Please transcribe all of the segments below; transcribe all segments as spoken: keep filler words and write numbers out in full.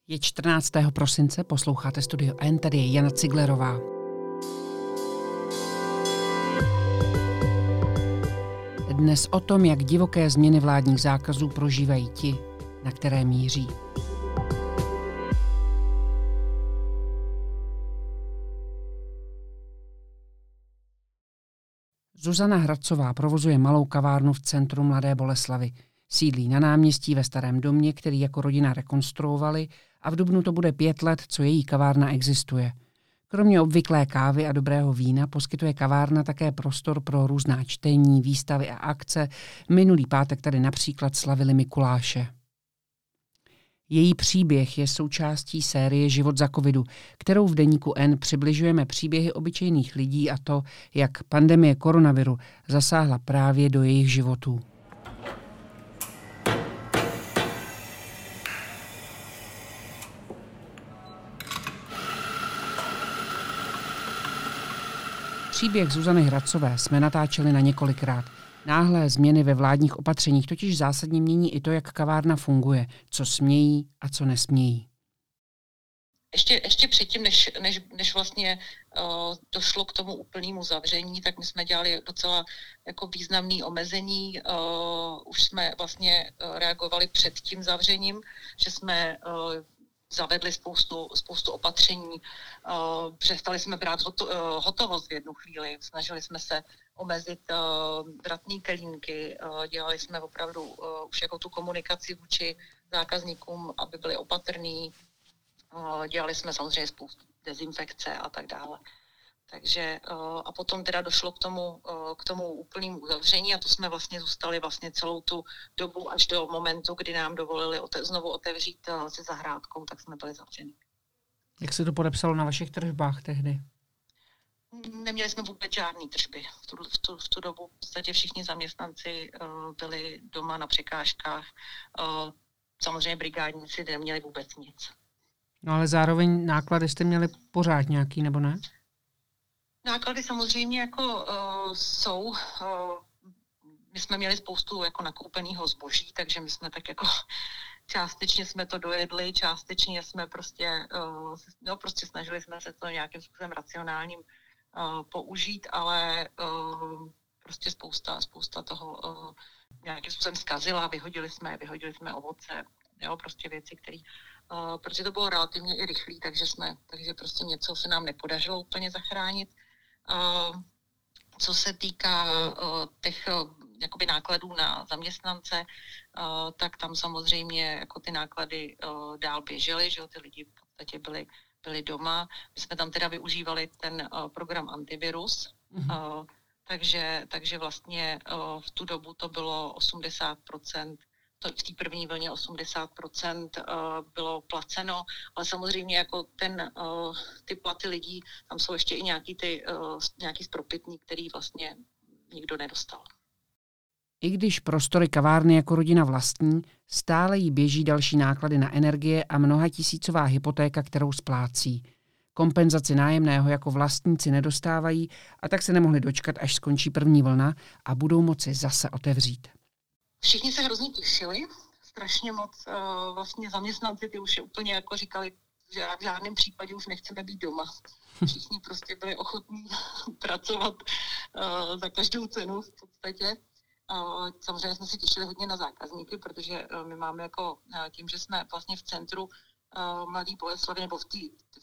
Je čtrnáctého prosince, posloucháte Studio N, tady je Jana Ciglerová. Dnes o tom, jak divoké změny vládních zákazů prožívají ti, na které míří. Zuzana Hradcová provozuje malou kavárnu v centru Mladé Boleslavi. Sídlí na náměstí ve starém domě, který jako rodina rekonstruovali, a v dubnu to bude pět let, co její kavárna existuje. Kromě obvyklé kávy a dobrého vína poskytuje kavárna také prostor pro různá čtení, výstavy a akce. Minulý pátek tady například slavili Mikuláše. Její příběh je součástí série Život za covidu, kterou v deníku N přibližujeme příběhy obyčejných lidí a to, jak pandemie koronaviru zasáhla právě do jejich životů. Příběh Zuzany Hradcové jsme natáčeli na několikrát. Náhlé změny ve vládních opatřeních totiž zásadně mění i to, jak kavárna funguje, co smějí a co nesmějí. Ještě, ještě předtím, než, než, než vlastně uh, došlo k tomu úplnému zavření, tak my jsme dělali docela jako významné omezení. Uh, už jsme vlastně uh, reagovali před tím zavřením, že jsme uh, zavedli spoustu, spoustu opatření, uh, přestali jsme brát hoto, uh, hotovost v jednu chvíli, snažili jsme se omezit uh, vratné kelímky, uh, dělali jsme opravdu uh, už jako tu komunikaci vůči zákazníkům, aby byli opatrní, uh, dělali jsme samozřejmě spoustu dezinfekce a tak dále. Takže uh, a potom teda došlo k tomu, uh, k tomu úplnému uzavření a to jsme vlastně zůstali vlastně celou tu dobu až do momentu, kdy nám dovolili ote- znovu otevřít uh, se zahrádkou, tak jsme byli zavřeni. Jak se to podepsalo na vašich tržbách tehdy? Neměli jsme vůbec žádný tržby. V tu, v tu, v tu dobu v podstatě všichni zaměstnanci uh, byli doma na překážkách. Uh, samozřejmě brigádníci neměli vůbec nic. No ale zároveň náklady jste měli pořád nějaký, nebo ne? Náklady samozřejmě jako uh, jsou. Uh, my jsme měli spoustu jako nakoupeného zboží, takže my jsme tak jako částečně jsme to dojedli, částečně jsme prostě, uh, no prostě snažili jsme se to nějakým způsobem racionálním uh, použít, ale uh, prostě spousta, spousta toho uh, nějakým způsobem zkazila, vyhodili jsme, vyhodili jsme ovoce, jo, prostě věci, které, uh, protože to bylo relativně i rychlý, takže jsme, takže prostě něco se nám nepodařilo úplně zachránit. Uh, co se týká uh, těch uh, jakoby nákladů na zaměstnance, uh, tak tam samozřejmě jako ty náklady uh, dál běžely, že jo, ty lidi v podstatě byli, byli doma. My jsme tam teda využívali ten uh, program antivirus, mm-hmm. uh, takže, takže vlastně uh, v tu dobu to bylo osmdesát procent, to v té první vlně osmdesát procent uh, bylo placeno, ale samozřejmě jako ten, uh, ty platy lidí, tam jsou ještě i nějaký, ty, uh, nějaký spropitný, který vlastně nikdo nedostal. I když prostory kavárny jako rodina vlastní, stále jí běží další náklady na energie a mnoha tisícová hypotéka, kterou splácí. Kompenzaci nájemného jako vlastníci nedostávají a tak se nemohli dočkat, až skončí první vlna a budou moci zase otevřít. Všichni se hrozně těšili, strašně moc uh, vlastně zaměstnanci, ty už úplně jako říkali, že v žádném případě už nechceme být doma. Všichni prostě byli ochotní pracovat uh, za každou cenu v podstatě. Uh, samozřejmě jsme si těšili hodně na zákazníky, protože uh, my máme jako uh, tím, že jsme vlastně v centru uh, Mladé Boleslavy nebo v té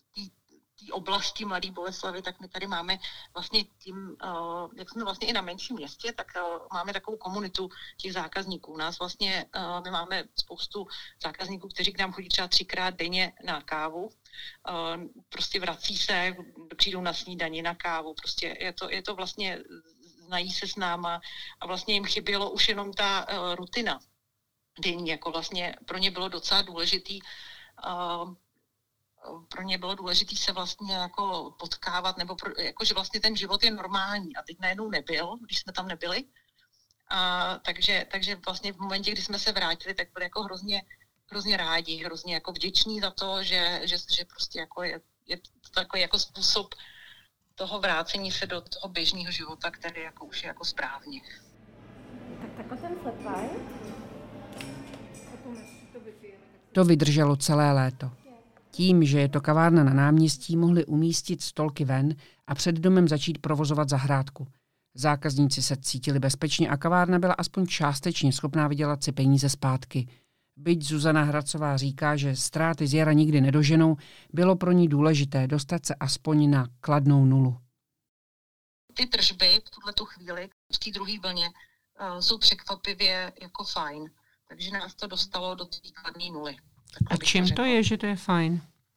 té oblasti Mladé Boleslavy, tak my tady máme vlastně tím, uh, jak jsme vlastně i na menším městě, tak uh, máme takovou komunitu těch zákazníků. U nás vlastně uh, my máme spoustu zákazníků, kteří k nám chodí třeba třikrát denně na kávu. Uh, prostě vrací se, přijdou na snídani, na kávu. Prostě je to, je to vlastně, znají se s náma a vlastně jim chybělo už jenom ta uh, rutina denní. Jako vlastně pro ně bylo docela důležitý uh, pro ně bylo důležité se vlastně jako potkávat, nebo pro, jako, že vlastně ten život je normální a teď najednou nebyl, když jsme tam nebyli. A, takže, takže vlastně v momentě, kdy jsme se vrátili, tak byli jako hrozně, hrozně rádi, hrozně jako vděční za to, že, že, že prostě jako je, je to takový jako způsob toho vrácení se do toho běžného života, který jako už je jako správně. Tak takhle ten flat white. To vydrželo celé léto. Tím, že je to kavárna na náměstí, mohli umístit stolky ven a před domem začít provozovat zahrádku. Zákazníci se cítili bezpečně a kavárna byla aspoň částečně schopná vydělat si peníze zpátky. Byť Zuzana Hracová říká, že ztráty z jara nikdy nedoženou, bylo pro ní důležité dostat se aspoň na kladnou nulu. Ty tržby v tuhletu chvíli v té druhé vlně uh, jsou překvapivě jako fajn. Takže nás to dostalo do té kladné nuly. A čím to, to je, že to je fajn?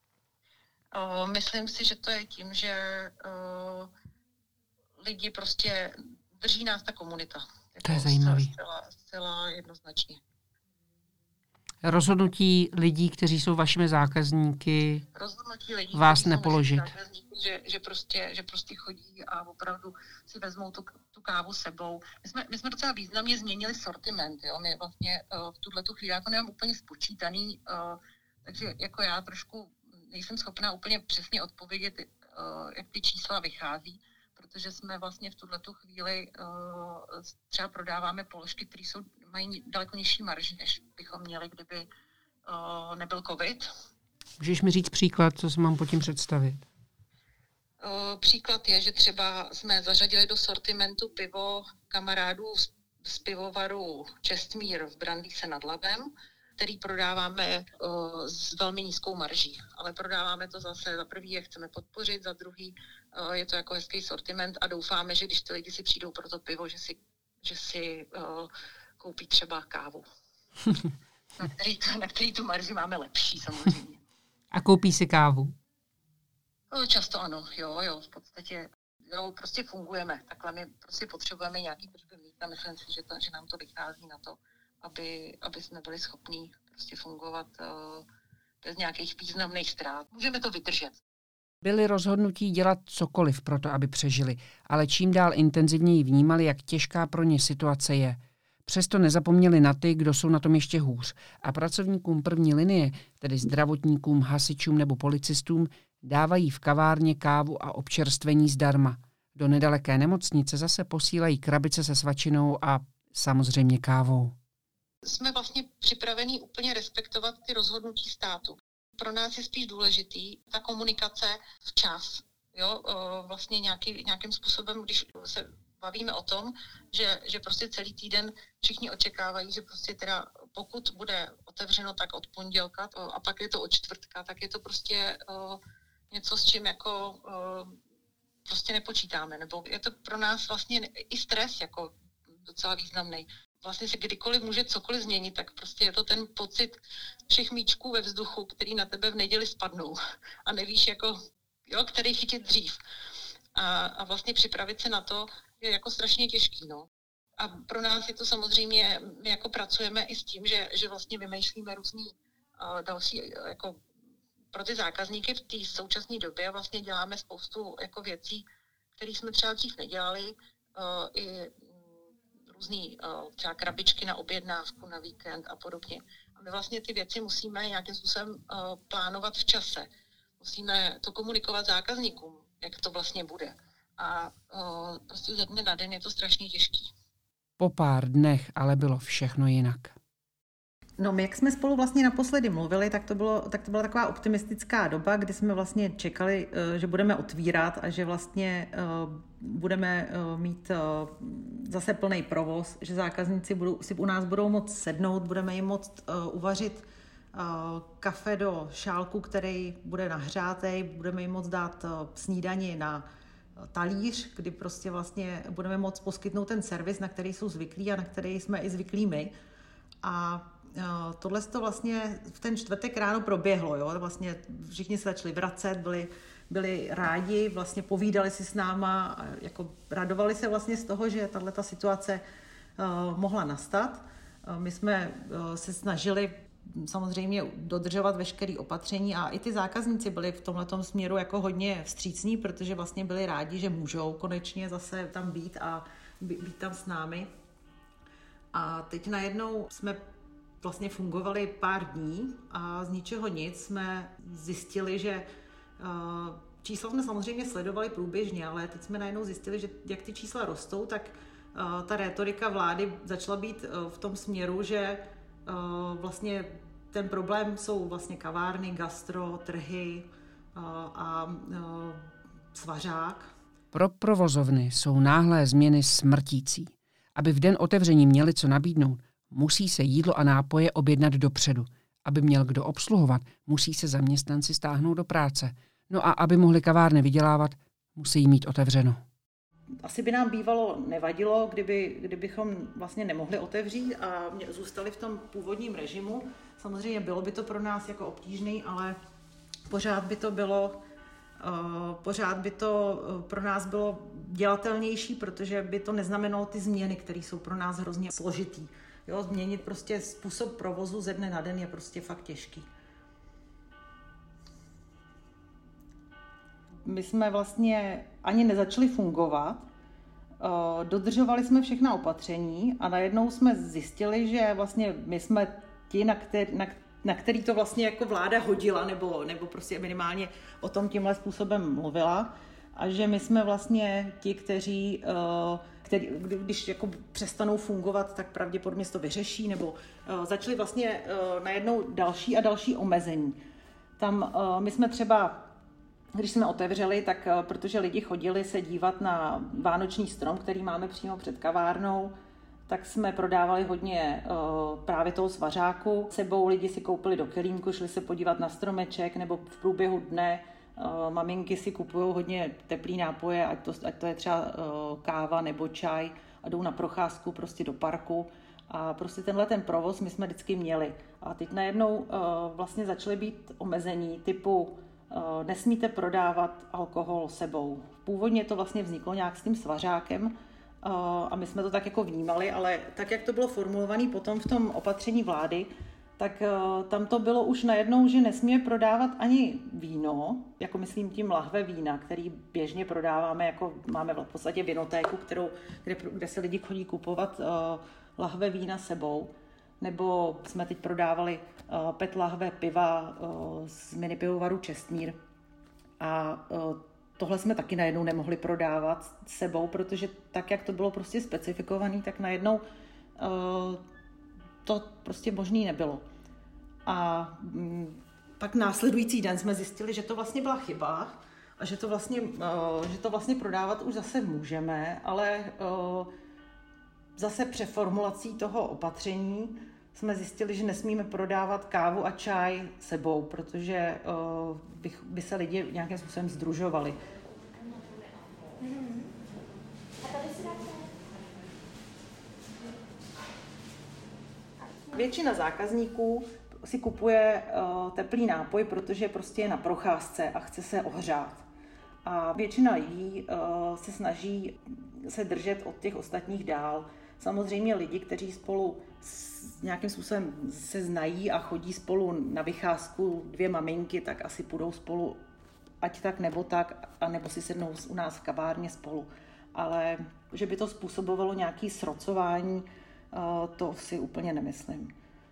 Uh, myslím si, že to je tím, že uh, lidi prostě drží nás ta komunita. To je zajímavý. Zcela, zcela jednoznačně. Rozhodnutí lidí, kteří jsou vašimi zákazníky, rozhodnutí lidí, vás nepoložit. Že, že, prostě, že prostě chodí a opravdu si vezmou tu, tu kávu sebou. My jsme, my jsme docela významně změnili sortiment. Jo? My vlastně uh, v tuhletu chvíli, já to nemám úplně spočítaný, uh, takže jako já trošku nejsem schopná úplně přesně odpovědět, uh, jak ty čísla vychází, protože jsme vlastně v tuhletu chvíli uh, třeba prodáváme položky, které jsou, mají daleko nižší marži, než bychom měli, kdyby uh, nebyl covid. Můžeš mi říct příklad, co si mám pod tím představit? Uh, příklad je, že třeba jsme zařadili do sortimentu pivo kamarádů z, z pivovaru Čestmír v Brandýse nad Labem, který prodáváme uh, s velmi nízkou marží. Ale prodáváme to zase, za prvý je chceme podpořit, za druhý uh, je to jako hezký sortiment a doufáme, že když ty lidi si přijdou pro to pivo, že si, že si uh, koupí třeba kávu. na, který, na který tu marži máme lepší samozřejmě. A koupí si kávu? Často ano, jo, jo, v podstatě, jo, prostě fungujeme. Takhle my prostě potřebujeme nějaký tržby mít a myslím si, že, to, že nám to vychází na to, aby, aby jsme byli schopní prostě fungovat uh, bez nějakých významných ztrát. Můžeme to vydržet. Byli rozhodnutí dělat cokoliv pro to, aby přežili, ale čím dál intenzivněji vnímali, jak těžká pro ně situace je. Přesto nezapomněli na ty, kdo jsou na tom ještě hůř a pracovníkům první linie, tedy zdravotníkům, hasičům nebo policistům, dávají v kavárně kávu a občerstvení zdarma. Do nedaleké nemocnice zase posílají krabice se svačinou a samozřejmě kávou. Jsme vlastně připraveni úplně respektovat ty rozhodnutí státu. Pro nás je spíš důležitý ta komunikace včas. Jo? Vlastně nějaký, nějakým způsobem, když se bavíme o tom, že, že prostě celý týden všichni očekávají, že prostě teda pokud bude otevřeno tak od pondělka a pak je to od čtvrtka, tak je to prostě uh, něco, s čím jako uh, prostě nepočítáme. Nebo je to pro nás vlastně i stres jako docela významný. Vlastně se kdykoliv může cokoliv změnit, tak prostě je to ten pocit všech míčků ve vzduchu, který na tebe v neděli spadnou a nevíš, jako, jo, který chytit dřív. A, a vlastně připravit se na to je jako strašně těžký, no. A pro nás je to samozřejmě, my jako pracujeme i s tím, že, že vlastně vymýšlíme různý uh, další, jako pro ty zákazníky v té současné době vlastně děláme spoustu jako věcí, které jsme třeba dřív nedělali, uh, i různý uh, třeba krabičky na objednávku, na víkend a podobně. A my vlastně ty věci musíme nějakým způsobem uh, plánovat v čase. Musíme to komunikovat zákazníkům, jak to vlastně bude. A uh, prostě ze dne na den je to strašně těžký. Po pár dnech ale bylo všechno jinak. No, my jak jsme spolu vlastně naposledy mluvili, tak to, bylo, tak to byla taková optimistická doba, kdy jsme vlastně čekali, že budeme otvírat a že vlastně budeme mít zase plný provoz, že zákazníci budou, si u nás budou moct sednout, budeme jim moct uvařit kafe do šálku, který bude nahřátej, budeme jim moct dát snídani na talíř, kdy prostě vlastně budeme moct poskytnout ten servis, na který jsou zvyklí a na který jsme i zvyklí my. A tohle to vlastně v ten čtvrtek ráno proběhlo, jo? Vlastně všichni se začali vracet, byli, byli rádi, vlastně povídali si s náma, a jako radovali se vlastně z toho, že tato situace uh, mohla nastat. Uh, my jsme uh, se snažili samozřejmě dodržovat veškeré opatření a i ty zákazníci byli v tomhletom směru jako hodně vstřícní, protože vlastně byli rádi, že můžou konečně zase tam být a být tam s námi. A teď najednou jsme vlastně fungovali pár dní a z ničeho nic jsme zjistili, že uh, čísla jsme samozřejmě sledovali průběžně, ale teď jsme najednou zjistili, že jak ty čísla rostou, tak uh, ta rétorika vlády začala být uh, v tom směru, že uh, vlastně ten problém jsou vlastně kavárny, gastro, trhy a, a, a svařák. Pro provozovny jsou náhlé změny smrtící. Aby v den otevření měli co nabídnout, musí se jídlo a nápoje objednat dopředu. Aby měl kdo obsluhovat, musí se zaměstnanci stáhnout do práce. No a aby mohli kavárny vydělávat, musí mít otevřeno. Asi by nám bývalo nevadilo, kdyby, kdybychom vlastně nemohli otevřít a zůstali v tom původním režimu. Samozřejmě bylo by to pro nás jako obtížný, ale pořád by to bylo, uh, pořád by to pro nás bylo dělatelnější, protože by to neznamenalo ty změny, které jsou pro nás hrozně složitý. Jo, změnit prostě způsob provozu ze dne na den je prostě fakt těžký. My jsme vlastně ani nezačali fungovat, dodržovali jsme všechna opatření a najednou jsme zjistili, že vlastně my jsme ti, na který, na, na který to vlastně jako vláda hodila, nebo, nebo prostě minimálně o tom tímhle způsobem mluvila, a že my jsme vlastně ti, kteří, který, když jako přestanou fungovat, tak pravděpodobně to vyřeší, nebo začali vlastně najednou další a další omezení. Tam my jsme třeba, když jsme otevřeli, tak protože lidi chodili se dívat na vánoční strom, který máme přímo před kavárnou, tak jsme prodávali hodně uh, právě toho svařáku. Sebou lidi si koupili do kelímku, šli se podívat na stromeček, nebo v průběhu dne uh, maminky si kupují hodně teplý nápoje, ať to, ať to je třeba uh, káva nebo čaj, a jdou na procházku prostě do parku. A prostě tenhle ten provoz my jsme vždycky měli. A teď najednou uh, vlastně začaly být omezení typu nesmíte prodávat alkohol sebou. Původně to vlastně vzniklo nějak s tím svařákem a my jsme to tak jako vnímali, ale tak, jak to bylo formulované potom v tom opatření vlády, tak tam to bylo už najednou, že nesmíme prodávat ani víno, jako myslím tím lahve vína, který běžně prodáváme, jako máme v podstatě vinotéku, kterou, kde, kde se lidi chodí kupovat lahve vína sebou. Nebo jsme teď prodávali uh, pet lahve piva uh, z mini pivovaru Čestmír. A uh, tohle jsme taky najednou nemohli prodávat sebou, protože tak, jak to bylo prostě specifikované, tak najednou uh, to prostě možný nebylo. A um, pak následující den jsme zjistili, že to vlastně byla chyba a že to vlastně, uh, že to vlastně prodávat už zase můžeme, ale uh, zase přeformulací toho opatření jsme zjistili, že nesmíme prodávat kávu a čaj sebou, protože uh, by, by se lidi nějakým způsobem sdružovali. Většina zákazníků si kupuje uh, teplý nápoj, protože prostě je na procházce a chce se ohřát. A většina lidí uh, se snaží se držet od těch ostatních dál. Samozřejmě lidi, kteří spolu s nějakým způsobem se znají a chodí spolu na vycházku, dvě maminky, tak asi půjdou spolu, ať tak nebo tak, anebo si sednou u nás v kavárně spolu. Ale že by to způsobovalo nějaké srocování, to si úplně nemyslím.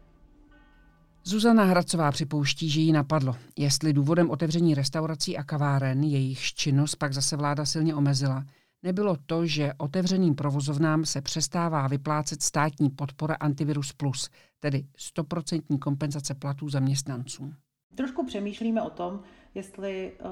Zuzana Hradcová připouští, že jí napadlo, jestli důvodem otevření restaurací a kaváren, jejichž činnost pak zase vláda silně omezila, nebylo to, že otevřeným provozovnám se přestává vyplácet státní podpora Antivirus Plus, tedy stoprocentní kompenzace platů zaměstnanců. Trošku přemýšlíme o tom, jestli uh,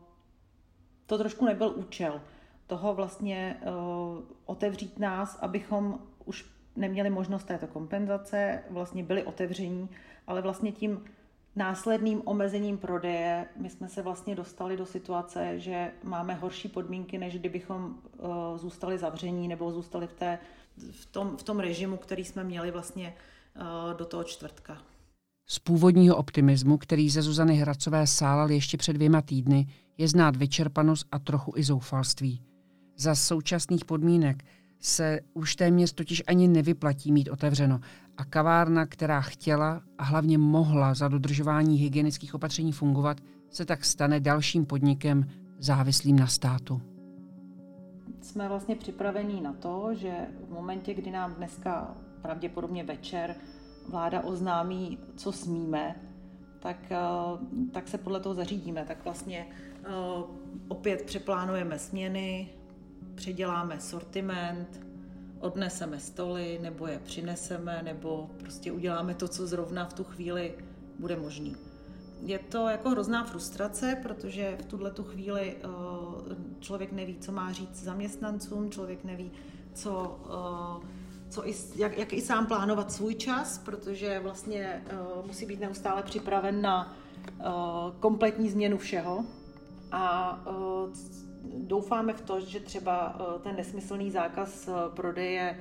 to trošku nebyl účel toho vlastně uh, otevřít nás, abychom už neměli možnost této kompenzace, vlastně byli otevření, ale vlastně tím následným omezením prodeje my jsme se vlastně dostali do situace, že máme horší podmínky, než kdybychom uh, zůstali zavření nebo zůstali v, té, v, tom, v tom režimu, který jsme měli vlastně uh, do toho čtvrtka. Z původního optimismu, který ze Zuzany Hradcové sálal ještě před dvěma týdny, je znát vyčerpanost a trochu i zoufalství. Za současných podmínek se už téměř totiž ani nevyplatí mít otevřeno a kavárna, která chtěla a hlavně mohla za dodržování hygienických opatření fungovat, se tak stane dalším podnikem závislým na státu. Jsme vlastně připravení na to, že v momentě, kdy nám dneska pravděpodobně večer vláda oznámí, co smíme, tak, tak se podle toho zařídíme. Tak vlastně opět přeplánujeme směny, předěláme sortiment, odneseme stoly, nebo je přineseme, nebo prostě uděláme to, co zrovna v tu chvíli bude možný. Je to jako hrozná frustrace, protože v tuhletu chvíli člověk neví, co má říct zaměstnancům, člověk neví, co, co i, jak, jak i sám plánovat svůj čas, protože vlastně musí být neustále připraven na kompletní změnu všeho. A doufáme v to, že třeba ten nesmyslný zákaz prodeje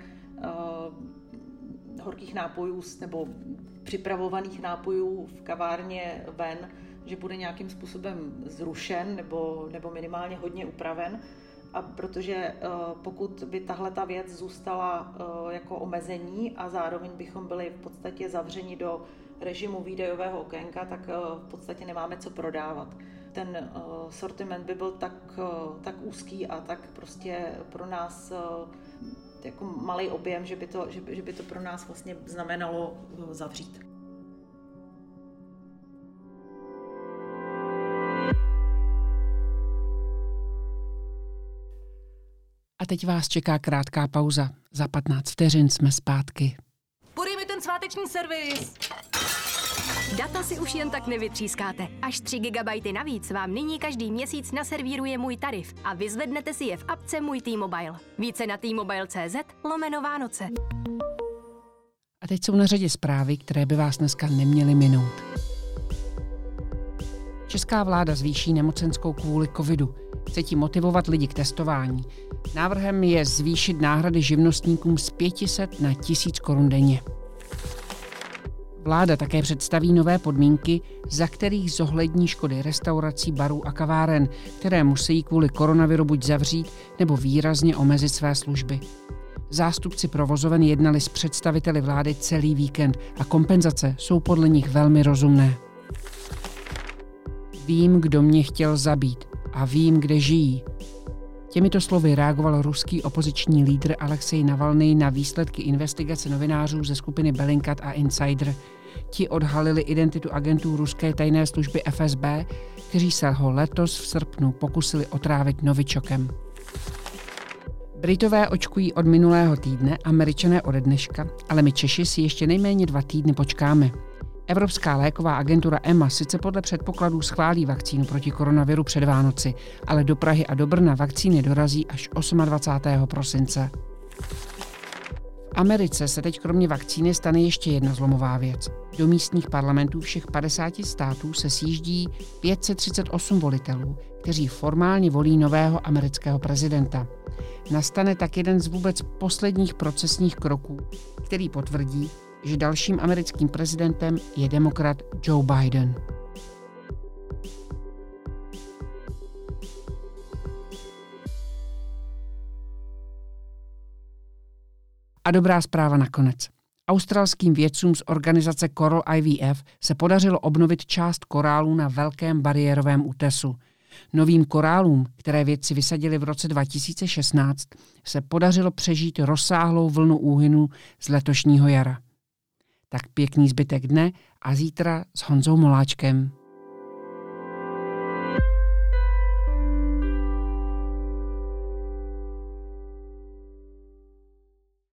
horkých nápojů nebo připravovaných nápojů v kavárně ven, že bude nějakým způsobem zrušen nebo, nebo minimálně hodně upraven. A protože pokud by tahle ta věc zůstala jako omezení a zároveň bychom byli v podstatě zavřeni do režimu výdejového okénka, tak v podstatě nemáme co prodávat. Ten sortiment by byl tak, tak úzký a tak prostě pro nás jako malý objem, že by, to, že, by, že by to pro nás vlastně znamenalo zavřít. A teď vás čeká krátká pauza. Za patnáct vteřin jsme zpátky. Podej mi ten sváteční servis! Data si už jen tak nevytřískáte. Až tři gigabajty navíc vám nyní každý měsíc naservíruje Můj tarif a vyzvednete si je v apce Můj T-Mobile. Více na t-mobile tečka cz lomeno Vánoce. A teď jsou na řadě zprávy, které by vás dneska neměly minout. Česká vláda zvýší nemocenskou kvůli covidu. Chce tím motivovat lidi k testování. Návrhem je zvýšit náhrady živnostníkům z pět set na tisíc korun denně. Vláda také představí nové podmínky, za kterých zohlední škody restaurací, barů a kaváren, které musí kvůli koronaviru buď zavřít nebo výrazně omezit své služby. Zástupci provozoven jednali s představiteli vlády celý víkend a kompenzace jsou podle nich velmi rozumné. Vím, kdo mě chtěl zabít a vím, kde žijí. Těmito slovy reagoval ruský opoziční lídr Alexej Navalnyj na výsledky investigace novinářů ze skupiny Bellingcat a Insider. Ti odhalili identitu agentů ruské tajné služby F S B, kteří se ho letos v srpnu pokusili otrávit novičokem. Britové očkují od minulého týdne, Američané ode dneška, ale my Češi si ještě nejméně dva týdny počkáme. Evropská léková agentura E M A sice podle předpokladů schválí vakcínu proti koronaviru před Vánoci, ale do Prahy a do Brna vakcíny dorazí až dvacátého osmého prosince. V Americe se teď kromě vakcíny stane ještě jedna zlomová věc. Do místních parlamentů všech padesáti států se sjíždí pět set třicet osm volitelů, kteří formálně volí nového amerického prezidenta. Nastane tak jeden z vůbec posledních procesních kroků, který potvrdí, že dalším americkým prezidentem je demokrat Joe Biden. A dobrá zpráva nakonec. Australským vědcům z organizace Coral I V F se podařilo obnovit část korálů na velkém bariérovém útesu. Novým korálům, které vědci vysadili v roce dva tisíce šestnáct, se podařilo přežít rozsáhlou vlnu úhynů z letošního jara. Tak pěkný zbytek dne a zítra s Honzou Moláčkem.